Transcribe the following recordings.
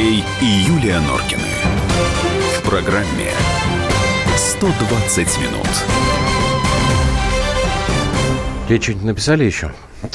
Андрей и Юлия Норкины. В программе 120 минут. Тебе что-нибудь написали еще?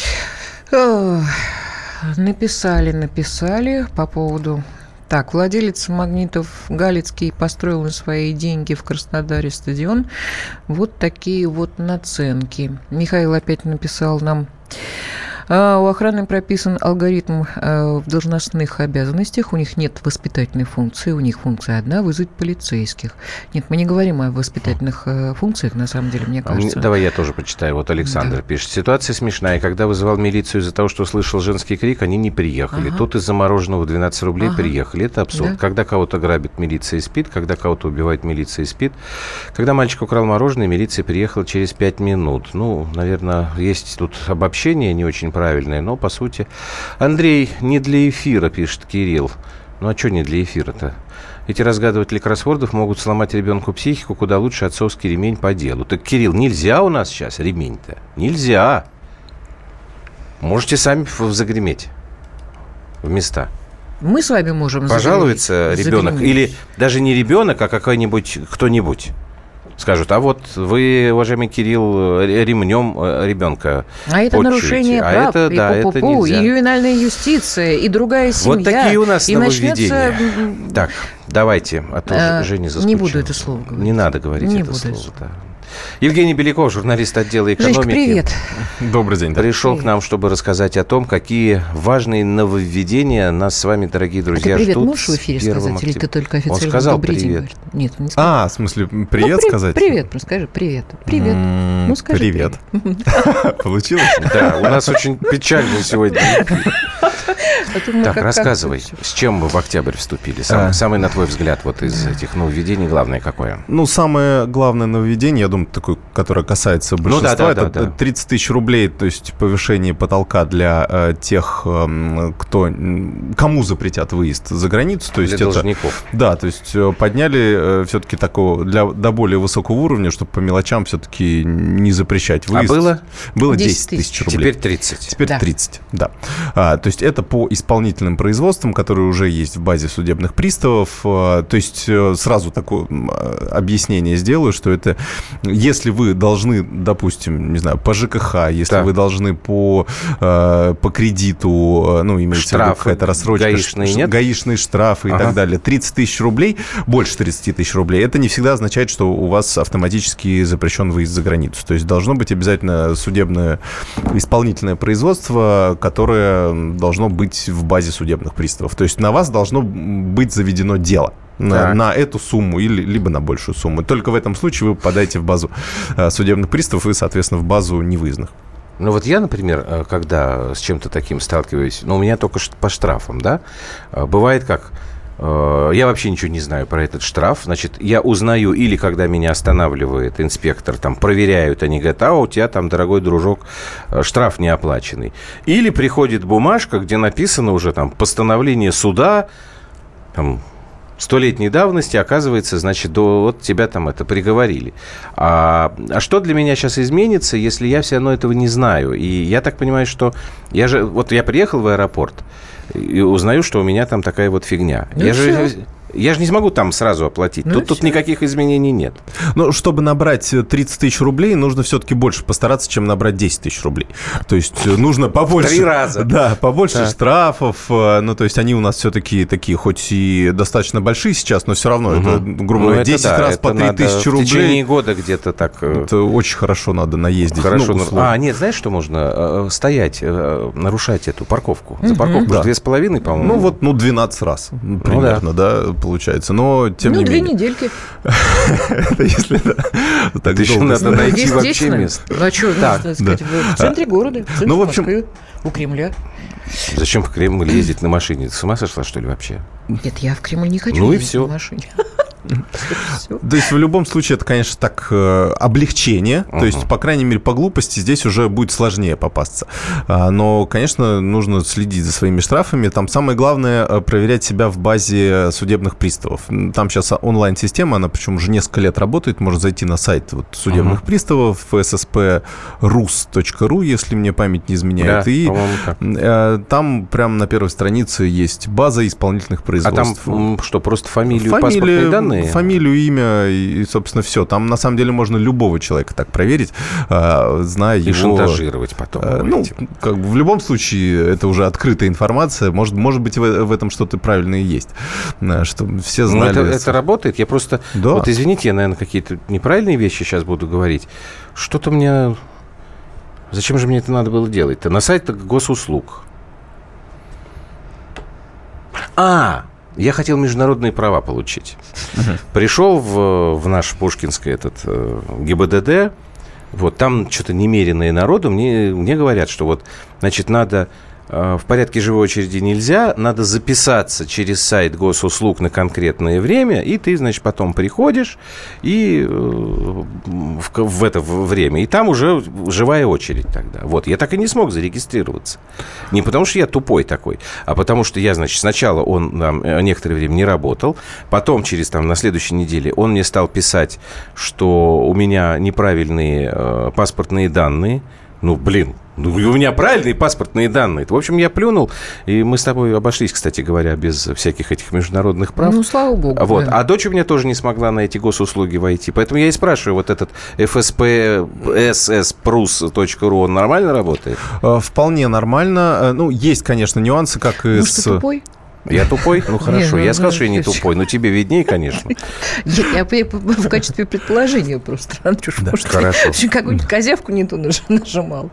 Написали по поводу... Так, владелец «Магнитов» Галицкий построил на свои деньги в Краснодаре стадион. Вот такие вот наценки. Михаил опять написал нам... У охраны прописан алгоритм в должностных обязанностях. У них нет воспитательной функции. У них функция одна – вызвать полицейских. Нет, мы не говорим о воспитательных функциях, на самом деле, мне кажется. Давай я тоже почитаю. Вот Александр пишет. Ситуация смешная. Когда вызывал милицию из-за того, что услышал женский крик, они не приехали. Тут из-за мороженого в 12 рублей приехали. Это абсурд. Да. Когда кого-то грабит, милиция спит. Когда кого-то убивает, милиция спит. Когда мальчик украл мороженое, милиция приехала через 5 минут. Ну, наверное, есть тут обобщение не очень правильное, но по сути. Андрей, не для эфира, пишет Кирилл. Ну а что не для эфира-то? Эти разгадыватели кроссвордов могут сломать ребенку психику куда лучше отцовский ремень по делу. Так, Кирилл, нельзя у нас сейчас ремень-то? Нельзя. Можете сами загреметь в места. Мы с вами можем пожалуется ребенок. Или даже не ребенок, а какой-нибудь кто-нибудь. Скажут, а вот вы, уважаемый Кирилл, ремнем ребенка А это подчуете. нарушение прав, это, и да, это нельзя. И ювенальная юстиция, и другая семья. Вот такие у нас нововведения. Начнется... Так, давайте, а то Женя заскучал. Не буду это слово говорить. Не надо говорить не это слово. Да. Евгений Беляков, журналист отдела экономики. Женечка, привет. Добрый день. Пришел к нам, чтобы рассказать о том, какие важные нововведения нас с вами, дорогие друзья, ждут. А ты привет можешь в эфире сказать, или ты только официально Он сказал добрый привет. день говоришь? Нет, не сказал. В смысле, привет сказать? Привет, просто скажи привет. Привет. Ну, скажи привет. Получилось? Да, у нас очень печально сегодня. Так, рассказывай, с чем мы в октябрь вступили? Самый, на твой взгляд, вот из этих нововведений главное какое? Ну, самое главное нововведение, я думаю, такое, которое касается большинства, это 30 тысяч рублей, то есть повышение потолка для тех, кому запретят выезд за границу. То есть для должников. Да, то есть подняли все-таки такого до более высокого уровня, чтобы по мелочам все-таки не запрещать выезд. А было? Было 10 тысяч рублей. Теперь 30. Теперь 30, да. То есть это по исполнительным производствам, которые уже есть в базе судебных приставов. То есть сразу такое объяснение сделаю, что это если вы должны, допустим, не знаю, по ЖКХ, если вы должны по кредиту, ну, имеется в виду какая-то рассрочка, гаишные штрафы и так далее, 30 тысяч рублей, больше 30 тысяч рублей, это не всегда означает, что у вас автоматически запрещен выезд за границу. То есть должно быть обязательно судебное исполнительное производство, которое должно быть в базе судебных приставов. То есть на вас должно быть заведено дело. На эту сумму или либо на большую сумму. Только в этом случае вы попадаете в базу судебных приставов и, соответственно, в базу невыездных. Ну вот я, например, когда с чем-то таким сталкиваюсь, у меня только по штрафам, да, бывает как... Я вообще ничего не знаю про этот штраф. Значит, я узнаю, или когда меня останавливает инспектор, там, проверяют, они говорят, у тебя там, дорогой дружок, штраф не оплаченный. Или приходит бумажка, где написано уже там постановление суда, там, 100-летней давности, оказывается, значит, вот тебя там это приговорили. А что для меня сейчас изменится, если я все равно этого не знаю? И я так понимаю, что я приехал в аэропорт и узнаю, что у меня там такая вот фигня. Я же не смогу там сразу оплатить. Тут никаких изменений нет. Но чтобы набрать 30 тысяч рублей, нужно все-таки больше постараться, чем набрать 10 тысяч рублей. То есть нужно побольше... 3 раза. Да, побольше штрафов. Ну, то есть они у нас все-таки такие, хоть и достаточно большие сейчас, но все равно это, грубо говоря, 10 раз по 3 тысячи рублей. В течение года где-то так... Это очень хорошо надо наездить. Хорошо. Нет, знаешь, что можно? Стоять, нарушать эту парковку. За парковку 2,5, по-моему. 12 раз примерно, да, получается. Но, тем не менее... 2 недельки. Это если так еще надо найти вообще место. А что, сказать, в центре города, в центре Москвы, у Кремля. Зачем в Кремль ездить на машине? Ты с ума сошла, что ли, вообще? Нет, я в Кремль не хочу ездить на машине. То есть в любом случае это, конечно, так облегчение. То есть, по крайней мере, по глупости здесь уже будет сложнее попасться. Но, конечно, нужно следить за своими штрафами. Там самое главное проверять себя в базе судебных приставов. Там сейчас онлайн-система, она причем уже несколько лет работает. Можно зайти на сайт судебных приставов ssprus.ru, если мне память не изменяет. Да, и там прямо на первой странице есть база исполнительных производств. А там что, просто фамилию, паспортные данные? Фамилию, имя и, собственно, все. Там, на самом деле, можно любого человека так проверить, зная его... И шантажировать потом. Ну, как бы в любом случае, это уже открытая информация. Может быть, в этом что-то правильное и есть. Что все знали... Это работает? Я просто... Да. Вот, извините, я, наверное, какие-то неправильные вещи сейчас буду говорить. Что-то мне... Зачем же мне это надо было делать-то? На сайте госуслуг. Я хотел международные права получить. Пришел в наш пушкинский ГИБДД, вот там что-то немеренное народу, мне говорят, что вот, значит, надо в порядке живой очереди нельзя, надо записаться через сайт госуслуг на конкретное время, и ты, значит, потом приходишь и в это время, и там уже живая очередь тогда. Вот, я так и не смог зарегистрироваться. Не потому, что я тупой такой, а потому, что я, значит, сначала он некоторое время не работал, потом на следующей неделе он мне стал писать, что у меня неправильные паспортные данные. У меня правильные паспортные данные. В общем, я плюнул, и мы с тобой обошлись, кстати говоря, без всяких этих международных прав. Слава богу. Вот. Да. А дочь у меня тоже не смогла на эти госуслуги войти. Поэтому я и спрашиваю, вот этот fsprus.ru, он нормально работает? Вполне нормально. Есть, конечно, нюансы, как и с... Ты тупой? Я тупой? Ну, хорошо. Я сказал, что я не тупой, но тебе виднее, конечно. Я в качестве предположения просто, Андрюш, может, какую-нибудь козявку не ту нажимал.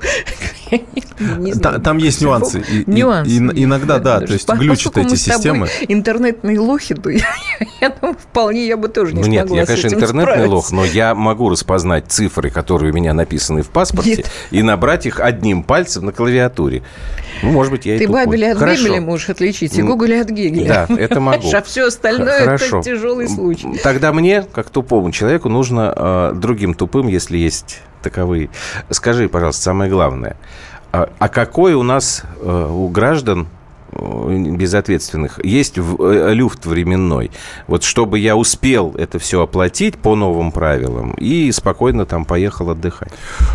Там есть нюансы. Иногда, да, то есть глючат эти системы. Интернетные лохи, то я думаю, вполне я бы тоже не смогла с этим справиться. Нет, я, конечно, интернетный лох, но я могу распознать цифры, которые у меня написаны в паспорте, и набрать их одним пальцем на клавиатуре. Может быть, я и тупой. Ты Бабеля от Гегеля можешь отличить, и Гоголя от Гегеля. Да, это могу. А все остальное – это тяжелый случай. Тогда мне, как тупому человеку, нужно другим тупым, если есть таковые. Скажи, пожалуйста, самое главное. А какой у нас, у граждан безответственных, есть люфт временной? Вот чтобы я успел это все оплатить по новым правилам и спокойно там поехал отдыхать.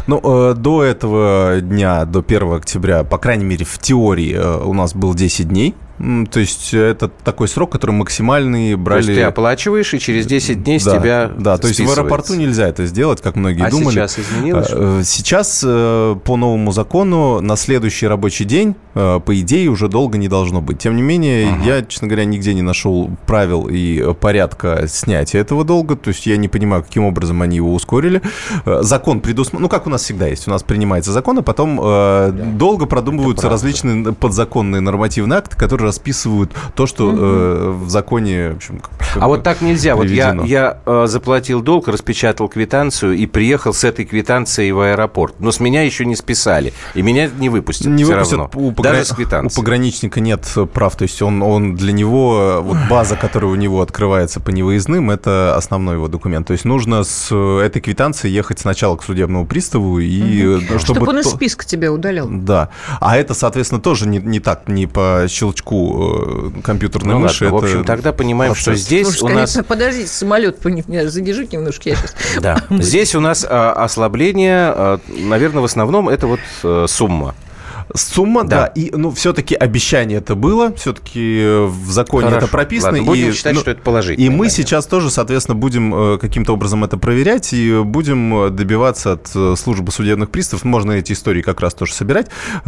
До этого дня, до 1 октября, по крайней мере, в теории у нас был 10 дней. То есть это такой срок, который максимальный брали... То есть ты оплачиваешь, и через 10 дней с тебя Да, то есть в аэропорту нельзя это сделать, как многие думали. А сейчас изменилось? Сейчас по новому закону на следующий рабочий день, по идее, уже долго не должно быть. Тем не менее, я, честно говоря, нигде не нашел правил и порядка снятия этого долга. То есть я не понимаю, каким образом они его ускорили. Закон предусмотрен... как у нас всегда есть. У нас принимается закон, а потом долго продумываются различные подзаконные нормативные акты, которые расписывают то, что в законе, в общем, вот так нельзя. Приведено. Вот я заплатил долг, распечатал квитанцию и приехал с этой квитанцией в аэропорт. Но с меня еще не списали. И меня не выпустят. Не все выпустят равно. Даже с квитанцией. У пограничника нет прав. То есть он для него, вот база, которая у него открывается по невыездным, это основной его документ. То есть нужно с этой квитанцией ехать сначала к судебному приставу и... Чтобы он из списка тебя удалял. Да. А это, соответственно, тоже не так, не по щелчку компьютерной мыши. В общем, тогда понимаем, что здесь у нас... Подождите, самолет, задержите немножко, я сейчас... Да, здесь у нас ослабление, наверное, в основном это вот сумма. Сумма, да. И, все-таки обещание это было, все-таки в законе это прописано. Ладно, будем считать, что это положительно. И мы сейчас тоже, соответственно, будем каким-то образом это проверять и будем добиваться от службы судебных приставов. Можно эти истории как раз тоже собирать.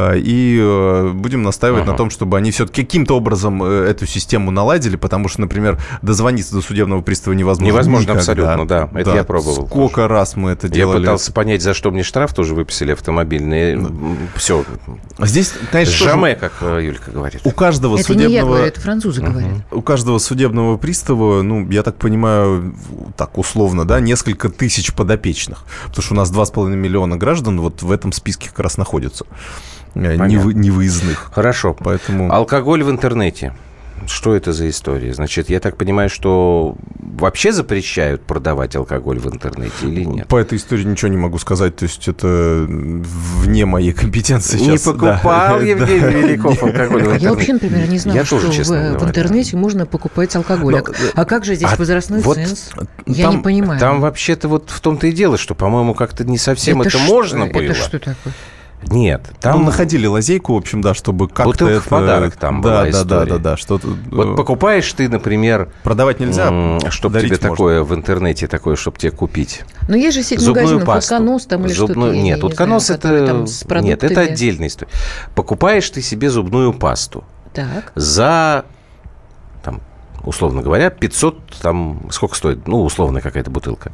И будем настаивать на том, чтобы они все-таки каким-то образом эту систему наладили, потому что, например, дозвониться до судебного пристава невозможно. Невозможно абсолютно, да. Это я пробовал. Сколько раз мы это делали. Я пытался понять, за что мне штраф тоже выписали автомобильный. Все. Здесь, конечно, Жаме, как Юлька говорит. У каждого это судебного... не я говорю, это французы говорят. У каждого судебного пристава, я так понимаю, так условно, да, несколько тысяч подопечных. Потому что у нас 2,5 миллиона граждан вот в этом списке как раз находятся. Невыездных. Хорошо. Поэтому... Алкоголь в интернете. Что это за история? Значит, я так понимаю, что вообще запрещают продавать алкоголь в интернете или нет? По этой истории ничего не могу сказать. То есть это вне моей компетенции сейчас. Не покупал Евгений Великов алкоголь в интернете? Я вообще, например, не знала, что в интернете можно покупать алкоголь. А как же здесь возрастной ценз? Я не понимаю. Там вообще-то вот в том-то и дело, что, по-моему, как-то не совсем это можно было. Это что такое? Нет, там находили лазейку, в общем, да, чтобы как-то бутылка это... в подарок там была история. Да, что-то... Вот покупаешь ты, например... Продавать нельзя, чтобы тебе можно. Такое в интернете, такое, чтобы тебе купить. Но есть же сеть магазинов, Утконос там или что-то. Нет, Утконос это... Нет, это отдельная история. Покупаешь ты себе зубную пасту. Так. За... Там, условно говоря, 500, там, сколько стоит? Ну, условно, какая-то бутылка.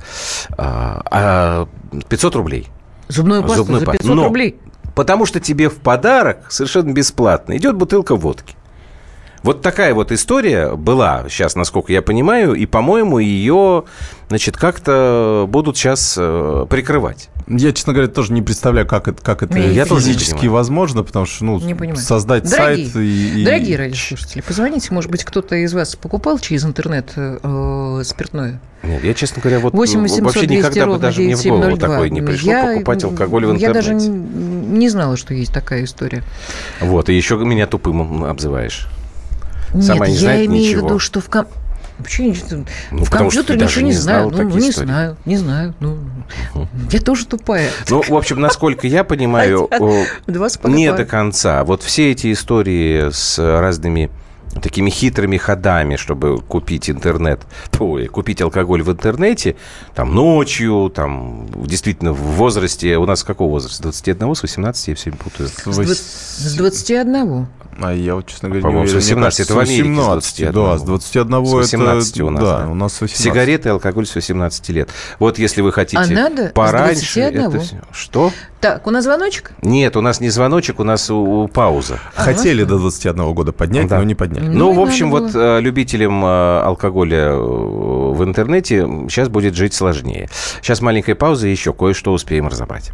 500 рублей. Зубную пасту за 500 рублей? Потому что тебе в подарок совершенно бесплатно идет бутылка водки. Вот такая вот история была сейчас, насколько я понимаю, и, по-моему, ее, значит, как-то будут сейчас прикрывать. Я, честно говоря, тоже не представляю, как это физически возможно, потому что, создать сайт и... Дорогие радиослушатели, позвоните, может быть, кто-то из вас покупал через интернет спиртное? Нет, я, честно говоря, вот вообще никогда бы даже мне в голову такое не пришло покупать алкоголь в интернете. Я даже не знала, что есть такая история. Вот, и еще меня тупым обзываешь. Нет, сама не знает ничего. Я имею в виду, что в компьютере ничего не знаю. Не знаю. Я тоже тупая. Ну, в общем, насколько я понимаю, не до конца. Вот все эти истории с разными такими хитрыми ходами, чтобы купить купить алкоголь в интернете, там, ночью, там, действительно, в возрасте... У нас какого возраста? 21, с 18? Я все время путаю. С 21. А я вот, честно говоря, по-моему, не уверен. С 18, это в Америке 18, да, с 21 с 18 это... у нас. Да, у нас с 18. Сигареты и алкоголь с 18 лет. Вот если вы хотите пораньше... с 21? Это все. Что? Так, у нас звоночек? Нет, у нас не звоночек, у нас пауза. Хотели до 21 года поднять, но не подняли. Ну, в общем, вот любителям алкоголя в интернете сейчас будет жить сложнее. Сейчас маленькая пауза, и еще кое-что успеем разобрать.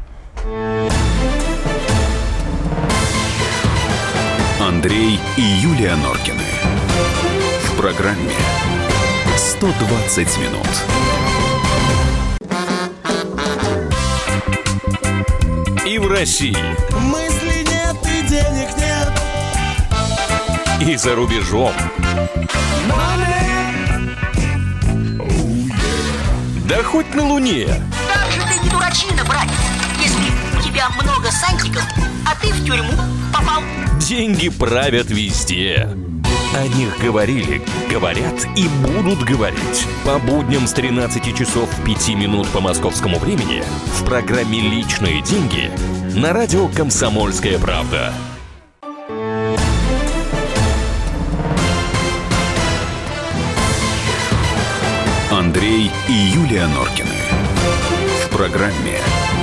Андрей и Юлия Норкины. В программе 120 минут. И в России. Мысли нет и денег нет. И за рубежом. Да хоть на Луне. Как же ты не дурачина, братец, если у тебя много сантиков, а ты в тюрьму попал. Деньги правят везде. О них говорили, говорят и будут говорить. По будням с 13 часов 5 минут по московскому времени в программе «Личные деньги» на радио «Комсомольская правда». Андрей и Юлия Норкины. В программе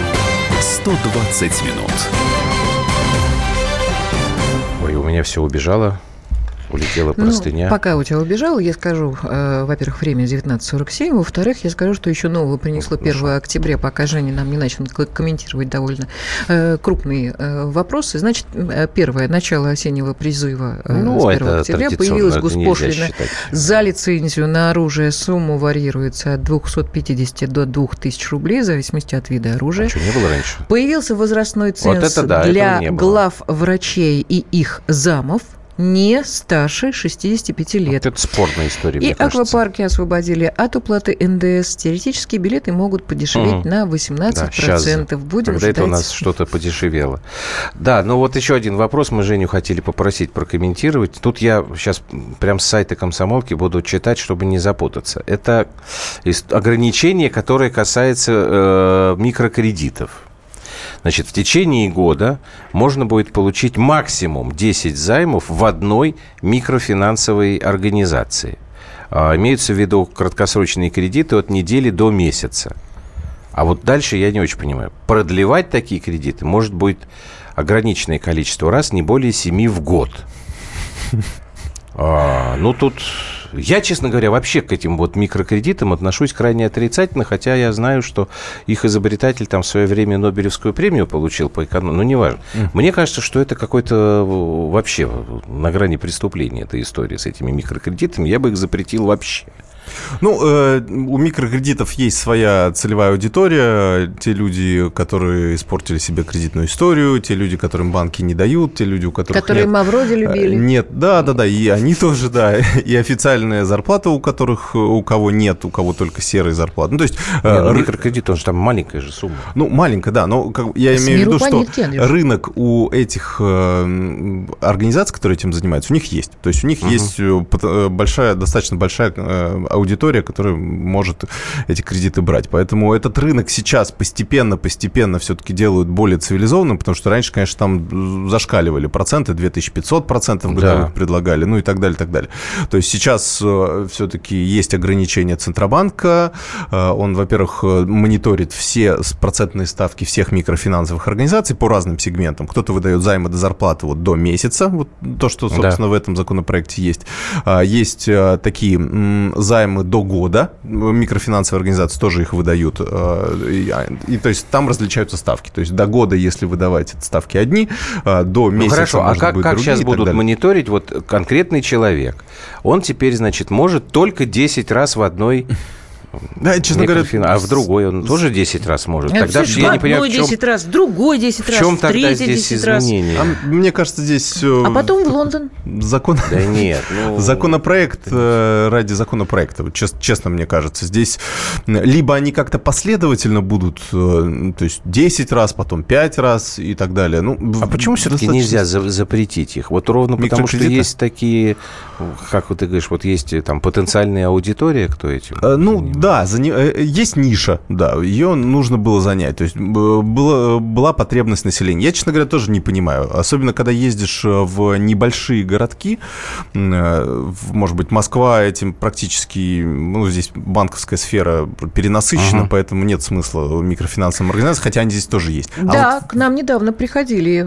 120 минут. Ой, у меня все убежало. Улетела простыня. Пока у тебя убежала, я скажу, во-первых, время 19:47, во-вторых, я скажу, что еще нового принесло 1 октября, пока Женя нам не начал комментировать довольно крупные вопросы. Значит, первое, начало осеннего призыва с 1 октября появилась госпошлина за лицензию на оружие. Сумма варьируется от 250 до 2000 рублей, в зависимости от вида оружия. А что, не было раньше? Появился возрастной ценз для глав врачей и их замов не старше 65 лет. Вот это спорная история, И аквапарки освободили от уплаты НДС. Теоретически билеты могут подешеветь на 18%. Да, Будем когда ждать. это у нас что-то подешевело. Да, ну вот еще один вопрос мы Женю хотели попросить прокомментировать. Тут я сейчас прям с сайта Комсомолки буду читать, чтобы не запутаться. Это ограничение, которое касается микрокредитов. Значит, в течение года можно будет получить максимум 10 займов в одной микрофинансовой организации. Имеются в виду краткосрочные кредиты от недели до месяца. А вот дальше я не очень понимаю. Продлевать такие кредиты может быть ограниченное количество раз, не более 7 в год. Ну, тут Я, честно говоря, вообще к этим вот микрокредитам отношусь крайне отрицательно, хотя я знаю, что их изобретатель там в свое время Нобелевскую премию получил по экономике, но неважно. Мне кажется, что это какой-то вообще на грани преступления эта история с этими микрокредитами. Я бы их запретил вообще. Ну, у микрокредитов есть своя целевая аудитория. Те люди, которые испортили себе кредитную историю, те люди, которым банки не дают, те люди, у которых которые нет... Мавроди любили. Нет, да, и они тоже, да. И официальная зарплата, у кого нет, у кого только серые зарплаты. Ну, то есть... микрокредит, он же там маленькая же сумма. Ну, маленькая, да, но я имею в виду, что рынок у этих организаций, которые этим занимаются, у них есть. То есть у них есть достаточно большая аудитория, которая может эти кредиты брать. Поэтому этот рынок сейчас постепенно все-таки делают более цивилизованным, потому что раньше, конечно, там зашкаливали проценты, 2500% годовых предлагали, ну и так далее, так далее. То есть сейчас все-таки есть ограничения Центробанка. Он, во-первых, мониторит все процентные ставки всех микрофинансовых организаций по разным сегментам. Кто-то выдает займы до зарплаты вот до месяца, вот то, что, собственно, в этом законопроекте есть. Есть такие займы до года, микрофинансовые организации тоже их выдают, и то есть там различаются ставки, то есть до года, если выдавать ставки одни, до месяца, хорошо, может быть, как другие, сейчас будут мониторить вот конкретный человек? Он теперь, значит, может только 10 раз в одной... Да, честно говоря... А в другой он тоже 10 раз может. Тогда я не понимаю, в чем... 10 раз, в другой 10 раз, в чем тогда здесь изменения? Мне кажется, здесь... А потом в Лондон. Да нет. Законопроект ради законопроекта. Честно, мне кажется. Здесь либо они как-то последовательно будут, то есть 10 раз, потом 5 раз и так далее. А почему все-таки нельзя запретить их? Вот ровно потому, что есть такие, как вот ты говоришь, вот есть там потенциальная аудитория, кто этим? Да, есть ниша, да, ее нужно было занять, то есть была потребность населения. Я, честно говоря, тоже не понимаю, особенно когда ездишь в небольшие городки, может быть, Москва этим практически, здесь банковская сфера перенасыщена, поэтому нет смысла микрофинансовым организациям, хотя они здесь тоже есть. Да, к нам недавно приходили.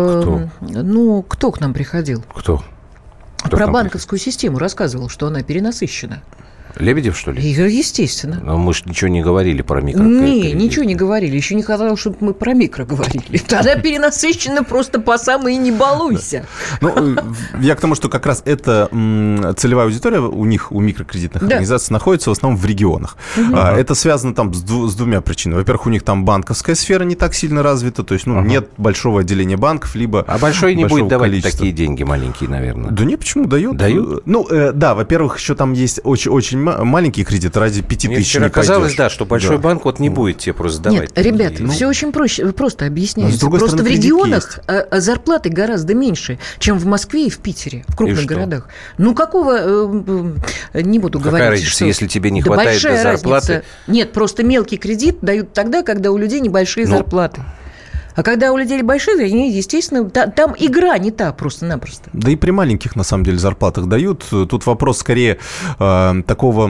Кто? Кто к нам приходил? Кто Про банковскую систему рассказывал, что она перенасыщена. Лебедев, что ли? Естественно. Но мы же ничего не говорили про микрокредит. Ничего не говорили. Еще не хотелось, чтобы мы про микро говорили. Тогда перенасыщена просто по самой не балуйся. Я к тому, что как раз эта целевая аудитория у микрокредитных организаций находится в основном в регионах. Это связано там с двумя причинами. Во-первых, у них там банковская сфера не так сильно развита, то есть нет большого отделения банков, либо А большой не будет давать такие деньги маленькие, наверное. Да нет, почему дают? Дают? Да, во-первых, еще там есть очень маленький кредит, ради 5000 не пойдешь. Оказалось, да, что большой банк вот не будет тебе просто давать. Нет, ребят, все очень просто объясняется. Просто в регионах зарплаты гораздо меньше, чем в Москве и в Питере, в крупных городах. Какого, не буду говорить, какая разница, если тебе не хватает до зарплаты? Нет, просто мелкий кредит дают тогда, когда у людей небольшие зарплаты. А когда у людей большие, они, естественно, там игра не та просто-напросто. Да и при маленьких, на самом деле, зарплатах дают. Тут вопрос скорее такого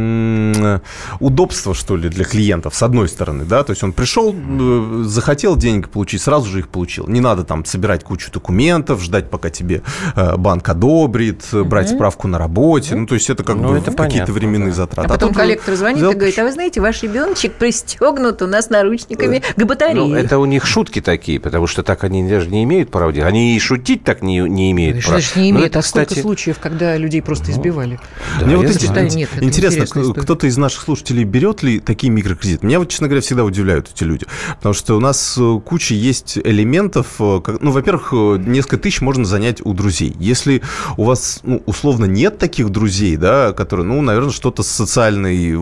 удобства, что ли, для клиентов, с одной стороны, да, то есть он пришел, захотел деньги получить, сразу же их получил. Не надо там собирать кучу документов, ждать, пока тебе банк одобрит, брать справку на работе, то есть это как бы это какие-то временные затраты. А потом коллектор звонит и говорит, а вы знаете, ваш ребеночек пристегнут у нас наручниками к батарее. Это у них шутки такие, потому что так они даже не имеют права делать. Они и шутить так не имеют права. Что не имеют? Сколько случаев, когда людей просто избивали? Мне интересно, кто-то из наших слушателей берет ли такие микрокредиты? Меня, честно говоря, всегда удивляют эти люди. Потому что у нас куча есть элементов. Во-первых, несколько тысяч можно занять у друзей. Если у вас, условно, нет таких друзей, да, которые, наверное, что-то с социальной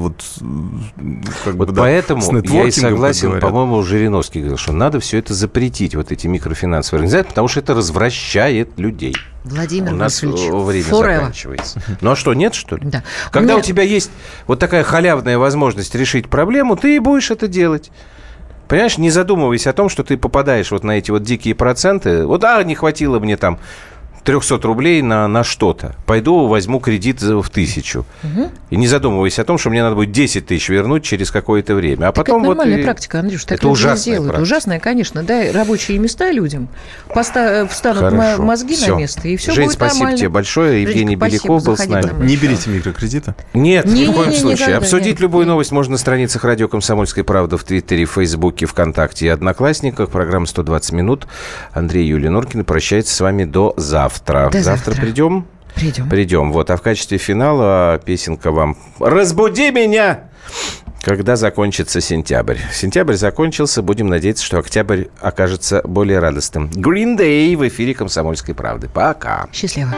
поэтому я и согласен, по-моему, Жириновский говорил, что надо все это запретить, вот эти микрофинансовые организации, потому что это развращает людей. Владимир У нас время forever. Заканчивается. Ну а что, нет, что ли? Да. Когда у тебя есть вот такая халявная возможность решить проблему, ты и будешь это делать. Понимаешь, не задумывайся о том, что ты попадаешь вот на эти вот дикие проценты. Не хватило мне там 300 рублей на что-то. Пойду возьму кредит в 1000. И не задумываясь о том, что мне надо будет 10 тысяч вернуть через какое-то время. А так потом это нормальная практика, Андрюш. Так это ужасная делают. практика. Ужасная, конечно. Дай рабочие места людям, встанут мозги на место, и все Жень, будет нормально. спасибо тебе большое. Евгений Беляков был с нами. Не берите микрокредита. Нет, ни в коем случае. никогда, Обсудить любую новость можно на страницах радио «Комсомольская правда» в Твиттере, Фейсбуке, ВКонтакте и Одноклассниках. Программа «120 минут». Андрей и Юлия Норкины прощается с вами до завтра. Завтра придем? Придем. Вот. А в качестве финала песенка вам «Разбуди меня!» Когда закончится сентябрь. Сентябрь закончился. Будем надеяться, что октябрь окажется более радостным. Green Day в эфире «Комсомольской правды». Пока. Счастливо.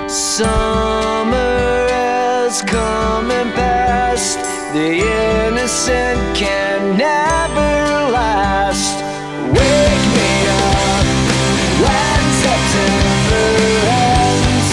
The innocent can never last. Wake me up when September ends.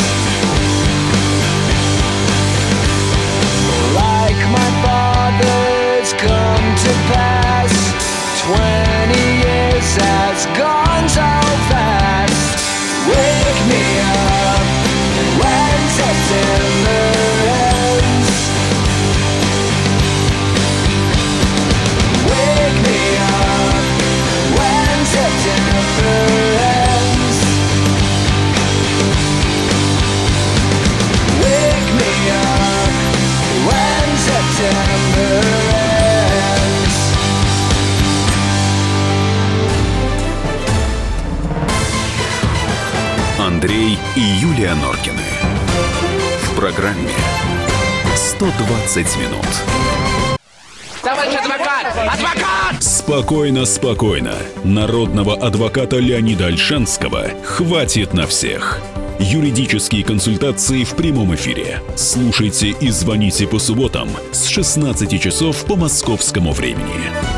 Like my father's come to pass. 20 years has gone so fast. Wake me up when September ends. Wake me up when September ends. Wake me up when September ends. Андрей и Юлия Норкины. В программе «120 минут». Товарищ адвокат! Адвокат! Спокойно, спокойно. Народного адвоката Леонида Ольшанского хватит на всех. Юридические консультации в прямом эфире. Слушайте и звоните по субботам с 16 часов по московскому времени.